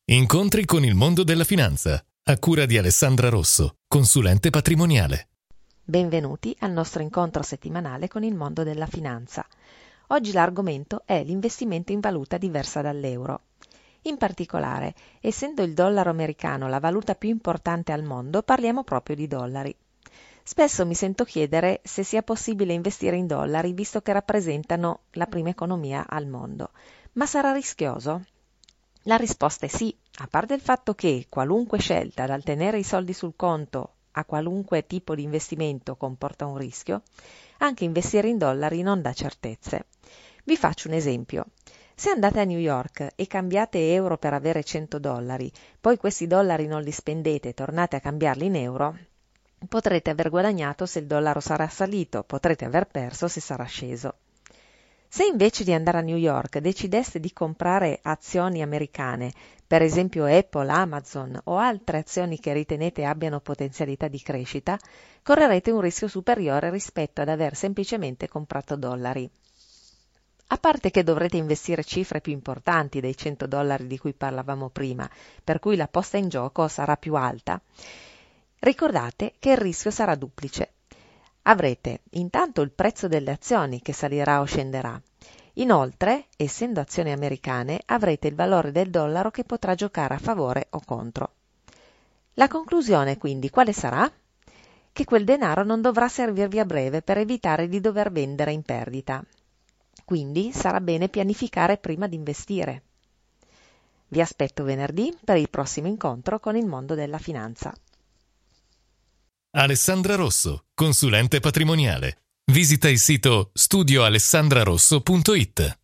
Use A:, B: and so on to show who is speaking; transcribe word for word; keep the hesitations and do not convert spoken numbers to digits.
A: Incontri con il mondo della finanza, a cura di Alessandra Rosso, consulente patrimoniale.
B: Benvenuti al nostro incontro settimanale con il mondo della finanza. Oggi l'argomento è l'investimento in valuta diversa dall'euro. In particolare, essendo il dollaro americano la valuta più importante al mondo, parliamo proprio di dollari. Spesso mi sento chiedere se sia possibile investire in dollari visto che rappresentano la prima economia al mondo. Ma sarà rischioso? La risposta è sì, a parte il fatto che qualunque scelta dal tenere i soldi sul conto a qualunque tipo di investimento comporta un rischio, anche investire in dollari non dà certezze. Vi faccio un esempio. Se andate a New York e cambiate euro per avere cento dollari, poi questi dollari non li spendete e tornate a cambiarli in euro, potrete aver guadagnato se il dollaro sarà salito, potrete aver perso se sarà sceso. Se invece di andare a New York decideste di comprare azioni americane, per esempio Apple, Amazon o altre azioni che ritenete abbiano potenzialità di crescita, correrete un rischio superiore rispetto ad aver semplicemente comprato dollari. A parte che dovrete investire cifre più importanti dei cento dollari di cui parlavamo prima, per cui la posta in gioco sarà più alta, ricordate che il rischio sarà duplice. Avrete intanto il prezzo delle azioni che salirà o scenderà. Inoltre, essendo azioni americane, avrete il valore del dollaro che potrà giocare a favore o contro. La conclusione quindi quale sarà? Che quel denaro non dovrà servirvi a breve per evitare di dover vendere in perdita. Quindi sarà bene pianificare prima di investire. Vi aspetto venerdì per il prossimo incontro con il mondo della finanza.
A: Alessandra Rosso, consulente patrimoniale. Visita il sito studio alessandra rosso punto it.